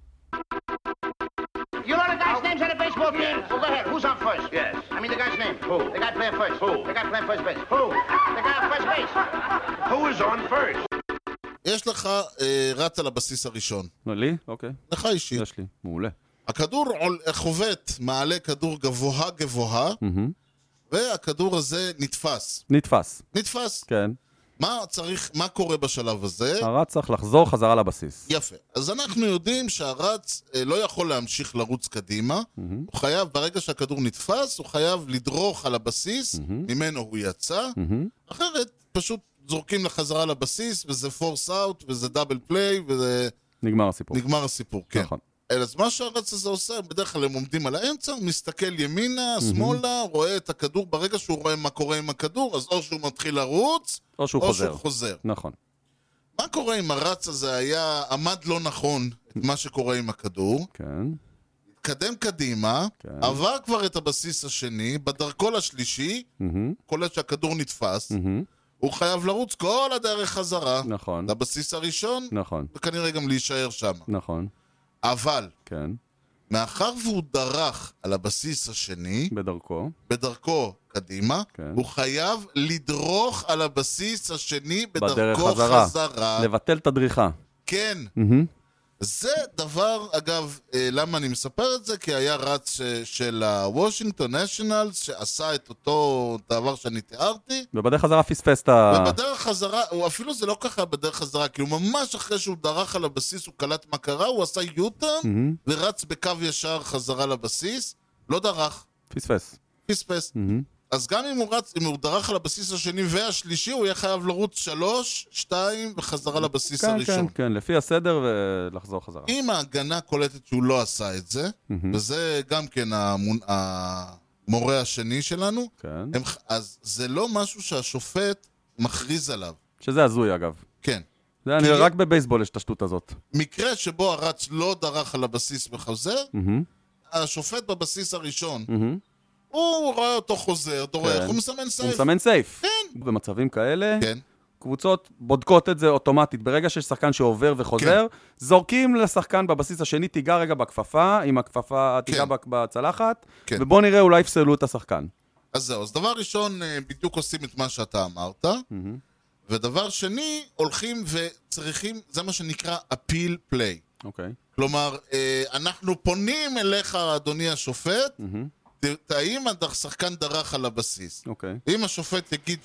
You know the guy's names on the baseball team? Well, go ahead. Who's on first? Yes. I mean the guy's name. Who? The guy playing first. Who? The guy playing first base. Who? The guy on first base. Who is on first? יש לך רץ על הבסיס הראשון. לי? אוקיי. לך אישית. יש לי, מעולה. הכדור חובט, מעלה כדור גבוה גבוה, והכדור הזה נתפס. נתפס. נתפס. כן. מה צריך, מה קורה בשלב הזה? הרץ צריך לחזור חזרה לבסיס. יפה. אז אנחנו יודעים שהרץ לא יכול להמשיך לרוץ קדימה. הוא חייב, ברגע שהכדור נתפס, הוא חייב לדרוך על הבסיס, ממנו הוא יצא. אחרת פשוט זורקים לחזרה לבסיס, וזה פורס אאוט, וזה דאבל פליי, וזה... נגמר הסיפור. נגמר הסיפור, כן. נכון. אז מה שהרץ הזה עושה, בדרך כלל הם עומדים על האמצע, הוא מסתכל ימינה, שמאלה, רואה את הכדור, ברגע שהוא רואה מה קורה עם הכדור, אז או שהוא מתחיל לרוץ, או שהוא או חוזר. שהוא חוזר. נכון. מה קורה אם הרץ הזה היה, עמד לא נכון את מה שקורה עם הכדור, כן. התקדם קדימה, כן. עבר כבר את הבסיס השני, בדרכו לשלישי, קולט שהכדור נתפס, הוא חייב לרוץ כל הדרך חזרה, נכון. לבסיס הראשון, נכון. וכנראה גם להישאר שם. נכון. אבל, כן. מאחר והוא דרך על הבסיס השני, בדרכו, בדרכו קדימה, כן. הוא חייב לדרוך על הבסיס השני בדרכו בדרך חזרה. חזרה. לבטל את הדריכה. כן. Mm-hmm. זה דבר, אגב, למה אני מספר את זה? כי היה רץ של הוושינגטון נשיונלס שעשה את אותו דבר שאני תיארתי. ובדרך חזרה פספס את ה... ובדרך חזרה, הוא אפילו זה לא ככה בדרך חזרה, כי הוא ממש אחרי שהוא דרך על הבסיס, הוא קלט מה קרה, הוא עשה יוטרן mm-hmm. ורץ בקו ישר חזרה לבסיס, לא דרך. פספס. פספס. Mm-hmm. אז גם אם הוא רץ, אם הוא דרך על הבסיס השני והשלישי, הוא יהיה חייב לרוץ שלוש, שתיים, וחזרה לבסיס כן, הראשון. כן, כן, לפי הסדר ולחזור חזרה. אם ההגנה קולטת שהוא לא עשה את זה, mm-hmm. וזה גם כן המון, המורה השני שלנו, כן. הם, אז זה לא משהו שהשופט מכריז עליו. שזה הזוי אגב. כן. זה אני, רק בבייסבול יש את השטות הזאת. מקרה שבו הרץ לא דרך על הבסיס וחוזר, mm-hmm. השופט בבסיס הראשון, mm-hmm. הוא רואה אותו חוזר, דורך, כן. הוא מסמן סייף. הוא מסמן סייף. כן. במצבים כאלה, כן. קבוצות בודקות את זה אוטומטית. ברגע שיש שחקן שעובר וחוזר, כן. זורקים לשחקן בבסיס השני, תיגע רגע בכפפה, עם הכפפה תיגע כן. בצלחת, כן. ובוא נראה אולי יפסלו את השחקן. אז זהו, אז דבר ראשון, בדיוק עושים את מה שאתה אמרת, mm-hmm. ודבר שני, הולכים וצריכים, זה מה שנקרא appeal play. אוקיי. Okay. כלומר, אנחנו פונים אליך, אדוני השופט, mm-hmm. האם השחקן דרך על הבסיס. אוקיי. אם השופט יגיד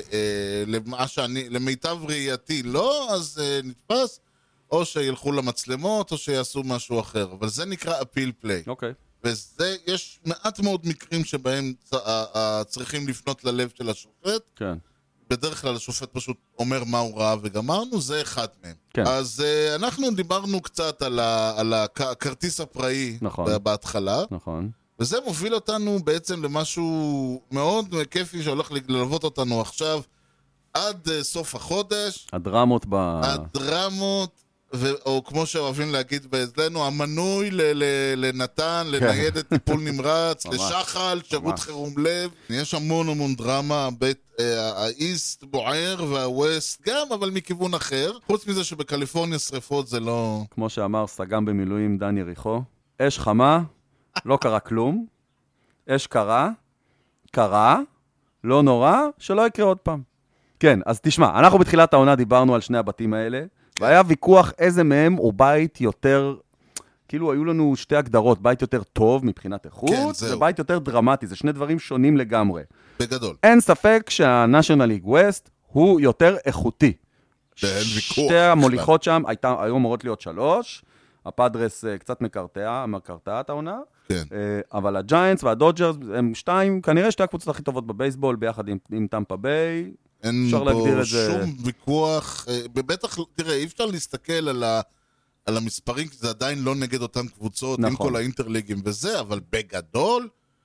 שלמיטב ראייתי לא, אז נתפס, או שילכו למצלמות, או שיעשו משהו אחר. אבל זה נקרא appeal play. אוקיי. וזה, יש מעט מאוד מקרים שבהם צריכים לפנות ללב של השופט. כן. בדרך כלל השופט פשוט אומר מה הוא ראה וגמרנו, זה אחד מהם. כן. אז אנחנו דיברנו קצת על הכרטיס הפראי בהתחלה. נכון. וזה מוביל אותנו בעצם למשהו מאוד כיפי שהולך ללוות אותנו עכשיו עד סוף החודש. הדרמות ב... הדרמות, ו... או כמו שאוהבים להגיד באצלנו, המנוי ל... ל... לנתן, לניידת טיפול נמרץ, לשחל, שירות חירום לב. יש המון המון דרמה, בית... האיסט בוער והווסט גם, אבל מכיוון אחר. חוץ מזה שבקליפורניה שריפות זה לא... כמו שאמר סג"ם במילואים דן יריחו, אש חמה, לא קרה כלום, אש קרה, קרה, לא נורא, שלא יקרה עוד פעם. כן, אז תשמע, אנחנו בתחילת העונה דיברנו על שני הבתים האלה, והיה ויכוח איזה מהם הוא בית יותר, כאילו היו לנו שתי הגדרות, בית יותר טוב מבחינת איכות, כן, ובית יותר דרמטי, זה שני דברים שונים לגמרי. בגדול. אין ספק שהנשיונל ליג ווסט הוא יותר איכותי. אין ויכוח. שתי המוליכות שם הייתה, היו אמורות להיות שלוש, הפאדרס קצת מקרטע, מקרטעת העונה, כן. אבל הג'יינטס והדודג'רס הם שתיים, כנראה שתי הקבוצות הכי טובות בבייסבול, ביחד עם, עם טמפה ביי. אין פה שום ויכוח, בטח, תראה, אי אפשר להסתכל על, ה, על המספרים, כי זה עדיין לא נגד אותן קבוצות, נכון. עם כל האינטרליגים וזה, אבל בגדול,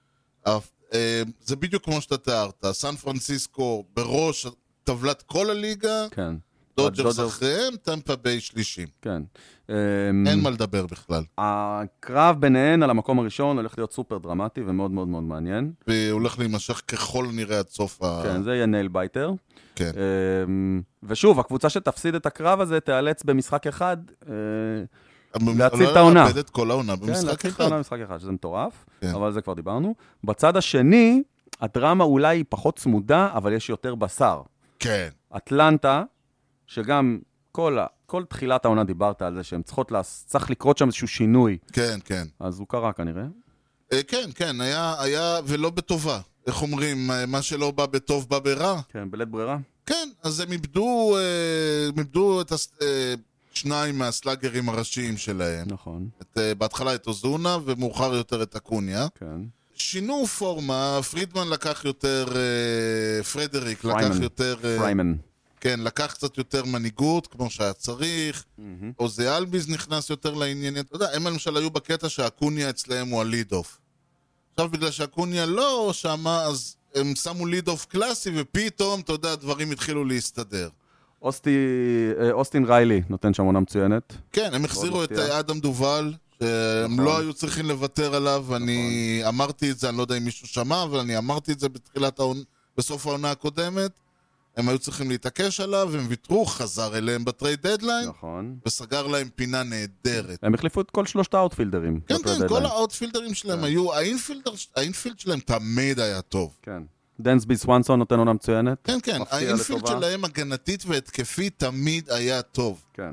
זה בדיוק כמו שאתה תיארת, סן פרנסיסקו בראש טבלת כל הליגה, כן. דודג'רס אחריהם, טמפה ביי שלישים. כן. אין מה לדבר בכלל. הקרב ביניהן על המקום הראשון הולך להיות סופר דרמטי ומאוד מאוד מאוד מעניין. והולך להימשך ככל נראה עד סוף ה... כן, זה יהיה נייל בייטר. כן. ושוב, הקבוצה שתפסיד את הקרב הזה תיאלץ במשחק אחד להציל את העונה. להציל את כל העונה במשחק אחד. כן, להציל את העונה במשחק אחד, שזה מטורף, אבל זה כבר דיברנו. בצד השני, הדרמה אולי היא פחות צמודה, אבל יש יותר בשר. כן. אטלנטה, שגם כל, כל תחילת העונה דיברת על זה, שהם צריכות, לה, צריך לקרות שם איזשהו שינוי. כן, כן. אז הוא קרה כנראה. כן, כן, היה, היה ולא בטובה. איך אומרים, מה שלא בא בטוב בא ברע? כן, בלית ברירה. כן, אז הם איבדו, הם איבדו את שניים מהסלאגרים הראשיים שלהם. נכון. את, בהתחלה את אוזונה ומאוחר יותר את אקוניה. כן. שינו פורמה, פרידמן לקח יותר, פרדריק פריימן. לקח יותר... פריימן. כן, לקח קצת יותר מנהיגות, כמו שהיה צריך, או זה אלביז נכנס יותר לעניינים. אתה יודע, הם למשל היו בקטע שהקוניה אצלהם הוא הליד-אוף. עכשיו, בגלל שהקוניה לא שמה, אז הם שמו ליד-אוף קלאסי, ופתאום, אתה יודע, הדברים התחילו להסתדר. אוסטי, אוסטין ריילי נותן שם עונה מצוינת. כן, הם החזירו את אדם דובל, שהם לא היו צריכים לוותר עליו, ואני אמרתי את זה, אני לא יודע אם מישהו שמע, אבל אני אמרתי את זה בתחילת העונה, בסוף העונה הקודמת. הם היו צריכים להתעקש עליו, הם ויתרו, חזר אליהם בטרייד דדליין, נכון. וסגר להם פינה נהדרת. הם החליפו את כל שלושת האוטפילדרים. כן, כן, כל האוטפילדרים שלהם היו, האינפילד שלהם תמיד היה טוב. כן. דנסבי סוונסון נותן עונה מצוינת. כן, כן, האינפילד שלהם הגנתית והתקפית תמיד היה טוב. כן.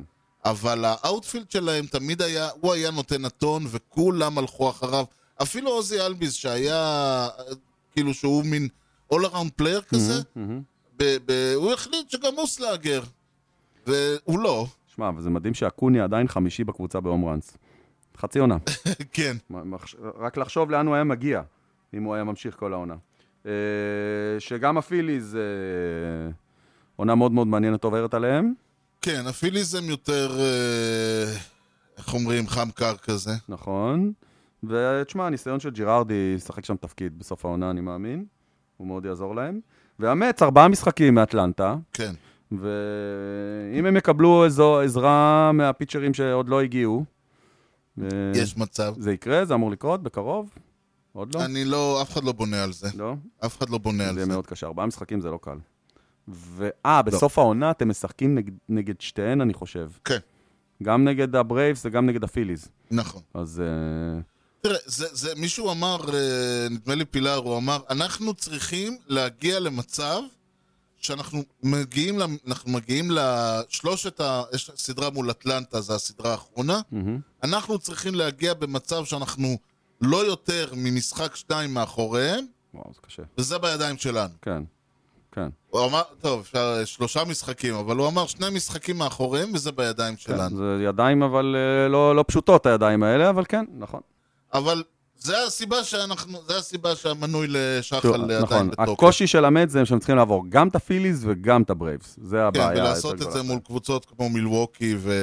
אבל האוטפילד שלהם תמיד היה, הוא היה נותן הטון, וכולם הלכו אחריו. אפילו עוזי אלביס, שהיה, כאילו שהוא מין all-around player כזה, Mm-hmm, mm-hmm. ב- ב- הוא החליט שגם הוא סלאגר, והוא לא. שמע, וזה מדהים שהקוני עדיין חמישי בקבוצה בהום ראנס. חצי עונה. כן. רק לחשוב לאן הוא היה מגיע, אם הוא היה ממשיך כל העונה. שגם הפיליז, עונה מאוד מאוד מעניינת עוברת עליהם. כן, הפיליז הם יותר, איך אומרים, חם קר כזה. נכון. ותשמע, הניסיון של ג'ירארדי ישחק שם תפקיד בסוף העונה, אני מאמין. הוא מאוד יעזור להם. והמץ, ארבעה משחקים מאטלנטה. כן. ואם הם יקבלו איזו עזרה מהפיצ'רים שעוד לא הגיעו, יש מצב. זה יקרה, זה אמור לקרות בקרוב? עוד לא? אני לא, אף אחד לא בונה על זה. לא? אף אחד לא בונה על זה. זה מאוד קשה, ארבעה משחקים זה לא קל. ואה, בסוף העונה אתם משחקים נגד שתיהן, אני חושב. כן. גם נגד הברייבס וגם נגד הפיליז. נכון. אז... תראה, זה, זה, מישהו אמר, נדמה לי פילר, הוא אמר, אנחנו צריכים להגיע למצב שאנחנו מגיעים, אנחנו מגיעים לשלושת, ה, יש סדרה מול אטלנטה, זו הסדרה האחרונה, mm-hmm. אנחנו צריכים להגיע במצב שאנחנו לא יותר ממשחק שניים מאחוריהם, וואו, זה קשה. וזה בידיים שלנו. כן, כן. הוא אמר, טוב, אפשר שלושה משחקים, אבל הוא אמר שני משחקים מאחוריהם, וזה בידיים כן, שלנו. זה ידיים, אבל לא, לא פשוטות הידיים האלה, אבל כן, נכון. אבל... זה הסיבה שאנחנו, זה הסיבה שהמנוי לשחל עדיין נכון. בתוקף. הקושי של המט זה שהם צריכים לעבור גם את הפיליז וגם את הברייבס. זה הבעיה. כן, ולעשות את זה מול קבוצות כמו מילווקי ו...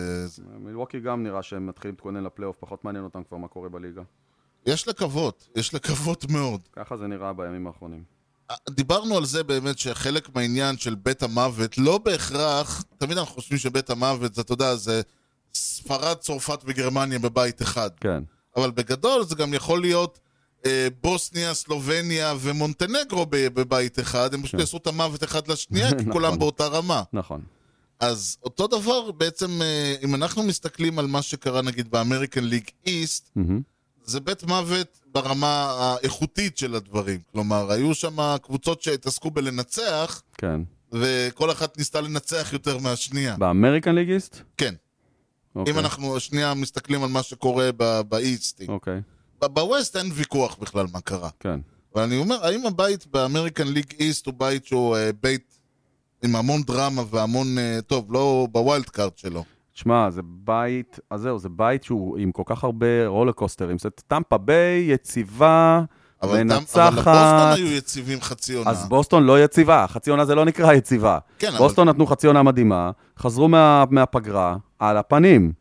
מילווקי גם נראה שהם מתחילים להתכונן לפלייאוף, פחות מעניין אותם כבר מה קורה בליגה. יש לקוות, יש לקוות מאוד. ככה זה נראה בימים האחרונים. דיברנו על זה באמת שחלק מהעניין של בית המוות, לא בהכרח, תמיד אנחנו חושבים שבית המוות, זה, אתה יודע, זה ספרד, צרפת וגרמניה בבית אחד. כן. אבל בגדול זה גם יכול להיות אה, בוסניה, סלובניה ומונטנגרו בבית אחד, הם פשוט יעשו את המוות אחד לשנייה, כי כולם באותה רמה. נכון. אז אותו דבר בעצם, אה, אם אנחנו מסתכלים על מה שקרה נגיד באמריקן ליג איסט, זה בית מוות ברמה האיכותית של הדברים. כלומר, היו שם קבוצות שהתעסקו בלנצח, כן. וכל אחת ניסתה לנצח יותר מהשנייה. באמריקן ליג איסט? כן. אוקיי. אם אנחנו שנייה מסתכלים על מה שקורה באיסטים. אוקיי. בווסט אין ויכוח בכלל מה קרה. כן. אבל אני אומר, האם הבית באמריקן ליג איסט הוא בית שהוא uh, בית עם המון דרמה והמון, uh, טוב, לא בווילד קארד שלו. תשמע, זה בית, אז זהו, זה בית שהוא עם כל כך הרבה רולרקוסטרים. זה טמפה ביי, יציבה, אבל מנצחת. אבל לבוסטון היו יציבים חצי עונה. אז בוסטון לא יציבה, חצי עונה זה לא נקרא יציבה. כן, בוסטון אבל... נתנו חצי עונה מדהימה, חזרו מה, מהפגרה על הפנים.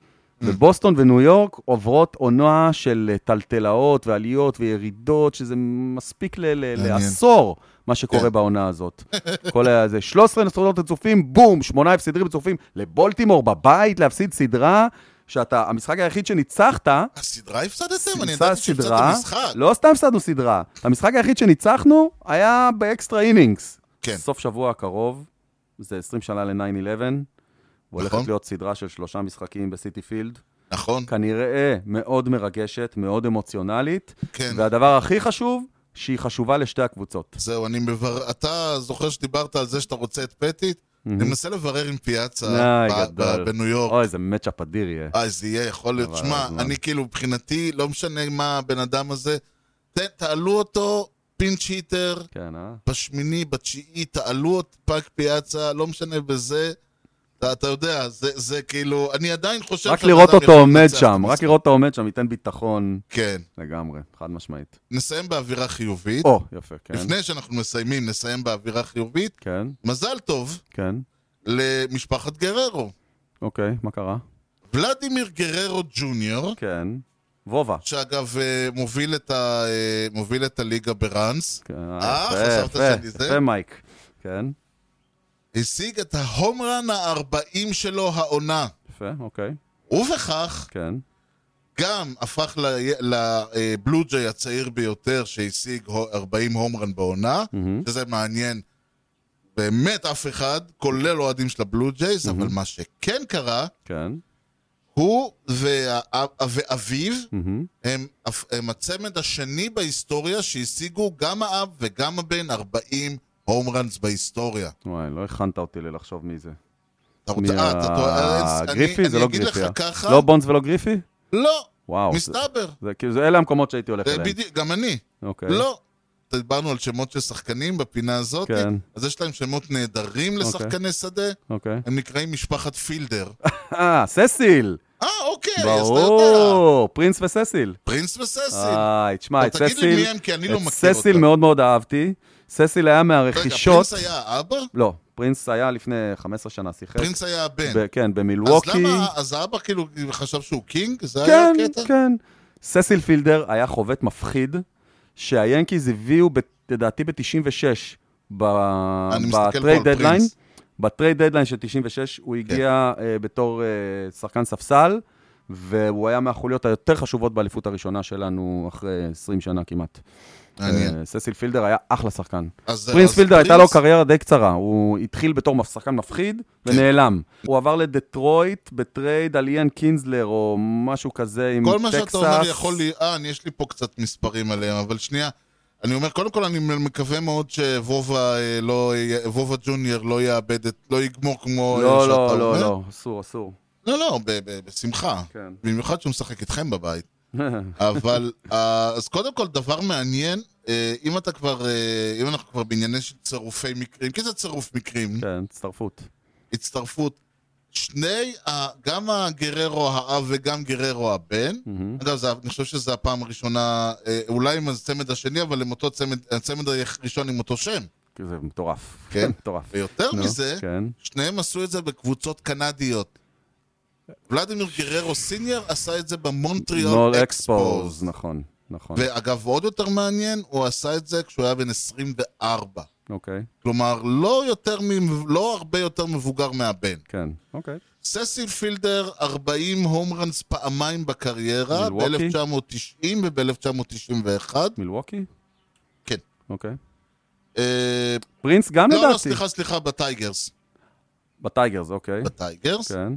ובוסטון וניו יורק עוברות עונה של טלטלאות ועליות וירידות, שזה מספיק ל- ל- לעשור מה שקורה בעונה הזאת. כל הזה, שלוש עשרה ניצחונות רצופים, בום, שמונה הפסדים רצופים לבולטימור בבית, להפסיד סדרה, שאתה, המשחק היחיד שניצחת... הסדרה הפסדתם? אני ידעתי שהפסדתם משחק. לא סתם הפסדנו סדרה. המשחק היחיד שניצחנו היה באקסטרה אינינגס. כן. סוף שבוע הקרוב, זה עשרים שנה ל-תשע אחת עשרה, והולכת להיות סדרה של שלושה משחקים בסיטי פילד. נכון. כנראה מאוד מרגשת, מאוד אמוציונלית. כן. והדבר הכי חשוב, שהיא חשובה לשתי הקבוצות. זהו, אני מבר... אתה זוכר שדיברת על זה שאתה רוצה את פטיט? אני מנסה לברר עם פיאצה בניו יורק. אוי, זה מצ'אפ אדיר יהיה. אה, זה יהיה, יכול להיות. שמע, אני כאילו, מבחינתי, לא משנה מה הבן אדם הזה, תעלו אותו פינץ' היטר, בשמיני, בתשיעי, תעלו את פאק פיאצה, לא משנה בזה, אתה יודע, זה כאילו, אני עדיין חושב... רק לראות אותו עומד שם, רק לראות אותו עומד שם, ייתן ביטחון. כן. לגמרי, חד משמעית. נסיים באווירה חיובית. או, יפה, כן. לפני שאנחנו מסיימים, נסיים באווירה חיובית. כן. מזל טוב. כן. למשפחת גררו. אוקיי, מה קרה? ולדימיר גררו ג'וניור. כן. וובה. שאגב, מוביל את, ה, מוביל את הליגה בראנס. כן. אה, חשבת שאני זה? יפה, מייק. כן. השיג את ההומרן ה-ארבעים שלו העונה. יפה, אוקיי. ובכך, כן. גם הפך לבלו ג'יי הצעיר ביותר שהשיג ארבעים הומרן בעונה, mm-hmm. שזה מעניין באמת אף אחד, כולל אוהדים של הבלו ג'ייז, mm-hmm. אבל מה שכן קרה, כן. הוא וה... ואביו, mm-hmm. הם, הם הצמד השני בהיסטוריה שהשיגו גם האב וגם הבן ארבעים הומרנס בהיסטוריה. וואי, לא הכנת אותי ללחשוב מי זה. גריפי? זה לא גריפי. לא בונדס ולא גריפי? לא. וואו. מסתבר. אלה המקומות שהייתי הולך אליהם. גם אני. לא. דיברנו על שמות של שחקנים בפינה הזאת, אז יש להם שמות נהדרים לשחקני שדה, הם נקראים משפחת פילדר. אה, ססיל! אה, אוקיי, אז אתה יודע. ברור, פרינס וססיל. פרינס וססיל. אה, תשמע, את תגיד לי מי הם, כי אני לא מכיר אותם. ססיל מאוד מאוד אהבתי. ססיל היה מהרכישות... רגע, פרינס היה האבא? לא, פרינס היה לפני חמש עשרה שנה שיחק. פרינס היה הבן. כן, במילווקי. אז למה, אז האבא כאילו חשב שהוא קינג? זה כן, היה הקטע? כן. ססיל פילדר היה חובט מפחיד, שהיאנקיז הביאו, לדעתי ב-תשעים ושש, בטרייד דדליין, בטרייד דדליין של תשעים ושש, הוא הגיע בתור שחקן ספסל, והוא היה מהחוליות היותר חשובות באליפות הראשונה שלנו, אחרי עשרים שנה כמעט. ססיל פילדר היה אחלה שחקן. פרינס פילדר הייתה לו קריירה די קצרה, הוא התחיל בתור שחקן מפחיד ונעלם. הוא עבר לדטרויט בטרייד על איאן קינזלר או משהו כזה עם טקסס. כל מה שאתה אומר יכול לי, אה, יש לי פה קצת מספרים עליהם, אבל שנייה, אני אומר, קודם כל אני מקווה מאוד שוובה לא, וובה ג'וניור לא יאבד את, לא יגמור כמו לא, לא, לא, לא, אסור, אסור. לא, לא, בשמחה. במיוחד שהוא משחק איתכם בבית. אבל, אז קודם כל דבר מעניין, אם אתה כבר, אם אנחנו כבר בענייני של צירופי מקרים, כי זה צירוף מקרים. כן, הצטרפות. הצטרפות. שני, גם הגררו האב וגם גררו הבן, אגב, אני חושב שזו הפעם הראשונה, אולי עם הצמד השני, אבל עם אותו צמד, הצמד הראשון עם אותו שם. זה מטורף. כן, מטורף. ויותר מזה, שניהם עשו את זה בקבוצות קנדיות. ולדימיר גררו סיניור עשה את זה במונטריאול אקספוז. נכון, נכון. ואגב, עוד יותר מעניין, הוא עשה את זה כשהוא היה בן עשרים וארבע. אוקיי. כלומר, לא יותר, לא הרבה יותר מבוגר מהבן. כן, אוקיי. ססיל פילדר, ארבעים הום ראנס פעמיים בקריירה, ב-אלף תשע מאות תשעים וב-אלף תשע מאות תשעים ואחת. מילווקי? כן. אוקיי. פרינס גם לדעתי. לא, לא, סליחה, סליחה, בטייגרס. בטייגרס, אוקיי. בטייגרס. כן.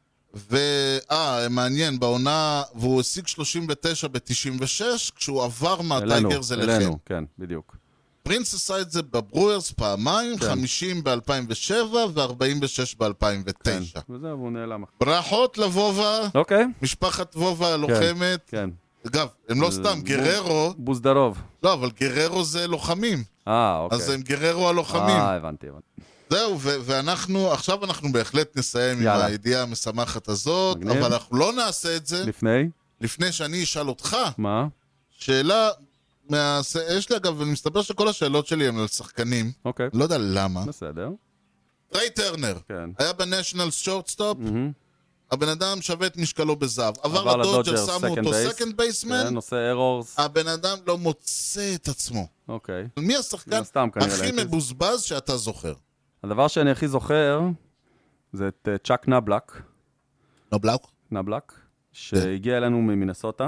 ואה, מעניין, בעונה, והוא השיג שלושים ותשע ב-תשעים ושש, כשהוא עבר מהטייגרס אליכם. אלינו, כן, בדיוק. פרינס עשה את זה בברוארס פעמיים, כן. חמישים ב-אלפיים ושבע ו-ארבעים ושש ב-אלפיים ותשע. כן, וזהו, הוא נעלם. ברכות לוובה, אוקיי. משפחת וובה הלוחמת. כן, כן. אגב, הם לא סתם, גררו... בוזדרוב. לא, אבל גררו זה לוחמים. אה, אוקיי. אז הם גררו הלוחמים. אה, הבנתי, הבנתי. זהו, ואנחנו, עכשיו אנחנו בהחלט נסיים עם הידיעה המשמחת הזאת, אבל אנחנו לא נעשה את זה. לפני? לפני שאני אשאל אותך. מה? שאלה, יש לי אגב, ואני מסתבר שכל השאלות שלי הן על שחקנים. אוקיי. לא יודע למה. בסדר. טריי טרנר. כן. היה בנשיונל שורטסטופ. הבן אדם שווה את משקלו בזהב. עבר לדודג'ר, שמו אותו סקנד בייסמן. כן, עושה ארורס. הבן אדם לא מוצא את עצמו. אוקיי. מי השחקן הכי מבוזבז שאתה זוכר? הדבר שאני הכי זוכר זה את צ'אק נבלק. נבלק? נבלק, שהגיע אלינו ממינסוטה,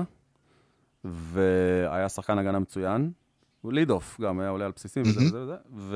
והיה שחקן הגנה מצוין. הוא ליד אוף גם, היה עולה על בסיסים וזה וזה וזה.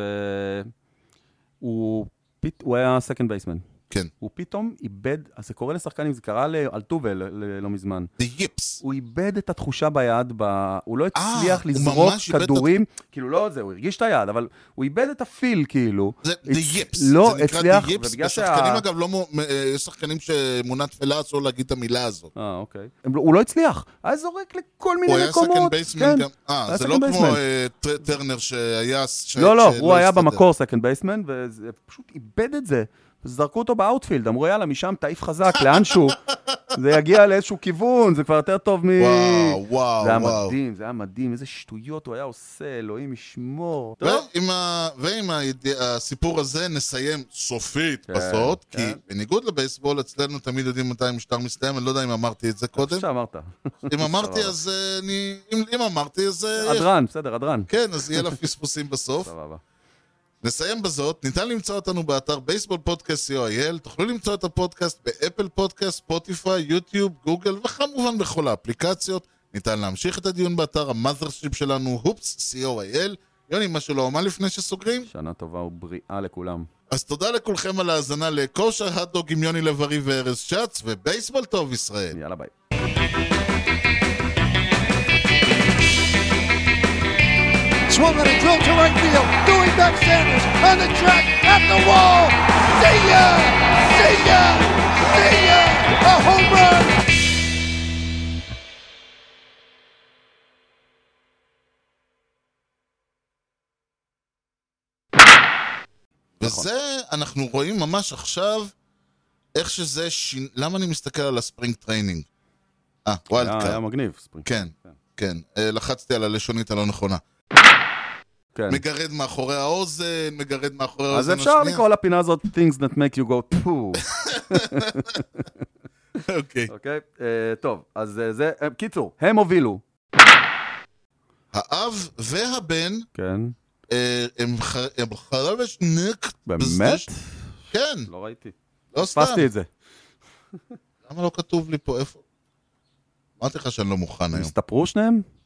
והוא היה סקנד בייסמן. כן. הוא פתאום איבד, אז זה קורה לשחקנים, זה קרה לאלטובל לא מזמן. The yips. הוא איבד את התחושה ביד, הוא לא הצליח לזרוק כדורים, כאילו לא זה, הוא הרגיש את היד, אבל הוא איבד את הפיל, כאילו. זה the yips. לא הצליח, ובגלל שחקנים אגב, יש שחקנים שמונה תפלה אסור להגיד את המילה הזאת. אה, אוקיי. הוא לא הצליח, היה זורק לכל מיני מקומות. הוא היה סקנד בייסמן גם. אה, זה לא כמו טרנר שהיה... לא, לא, הוא היה במקור סקנד בייסמן, ופשוט איבד את זה. זרקו אותו באוטפילד, אמרו יאללה, משם תעיף חזק, לאנשהו, זה יגיע לאיזשהו כיוון, זה כבר יותר טוב מ... וואו, וואו, זה היה מדהים, זה היה מדהים, איזה שטויות הוא היה עושה, אלוהים ישמור. ועם הסיפור הזה נסיים סופית בזאת, כי בניגוד לבייסבול, אצלנו תמיד יודעים מתי המשטר מסתיים, אני לא יודע אם אמרתי את זה קודם. אני חושב שאמרת. אם אמרתי, אז אני... אם אמרתי, אז... אדרן, בסדר, אדרן. כן, אז יהיה לה פספוסים בסוף. סבבה. נסיים בזאת, ניתן למצוא אותנו באתר בייסבול פודקאסט סי או איי אל, תוכלו למצוא את הפודקאסט באפל פודקאסט, ספוטיפיי, יוטיוב, גוגל וכמובן בכל האפליקציות. ניתן להמשיך את הדיון באתר המאזרשיפ שלנו, הופס, סי או איי אל. יוני, משהו לא אומר לפני שסוגרים? שנה טובה ובריאה לכולם. אז תודה לכולכם על ההאזנה לכושר הדוג עם יוני לב-ארי וארז שץ, ובייסבול טוב ישראל. יאללה ביי. Swung on a drill to right field. Doing back Sanders on the track at the wall. See ya! See ya! See ya! A home run! וזה, אנחנו רואים ממש עכשיו איך שזה שין... למה אני מסתכל על הספרינג טריינינג? אה, ווילד קארד. היה מגניב, ספרינג. כן, כן. לחצתי על הלשונית הלא נכונה. מגרד מאחורי האוזן, מגרד מאחורי האוזן השנייה. אז אפשר לקרוא לפינה הזאת things that make you go poo. אוקיי. אוקיי? טוב, אז זה, קיצור, הם הובילו. האב והבן, כן. הם חרבש נק. באמת? כן. לא ראיתי. לא סתם. פספסתי את זה. למה לא כתוב לי פה איפה? אמרתי לך שאני לא מוכן היום. הסתפרו שניהם?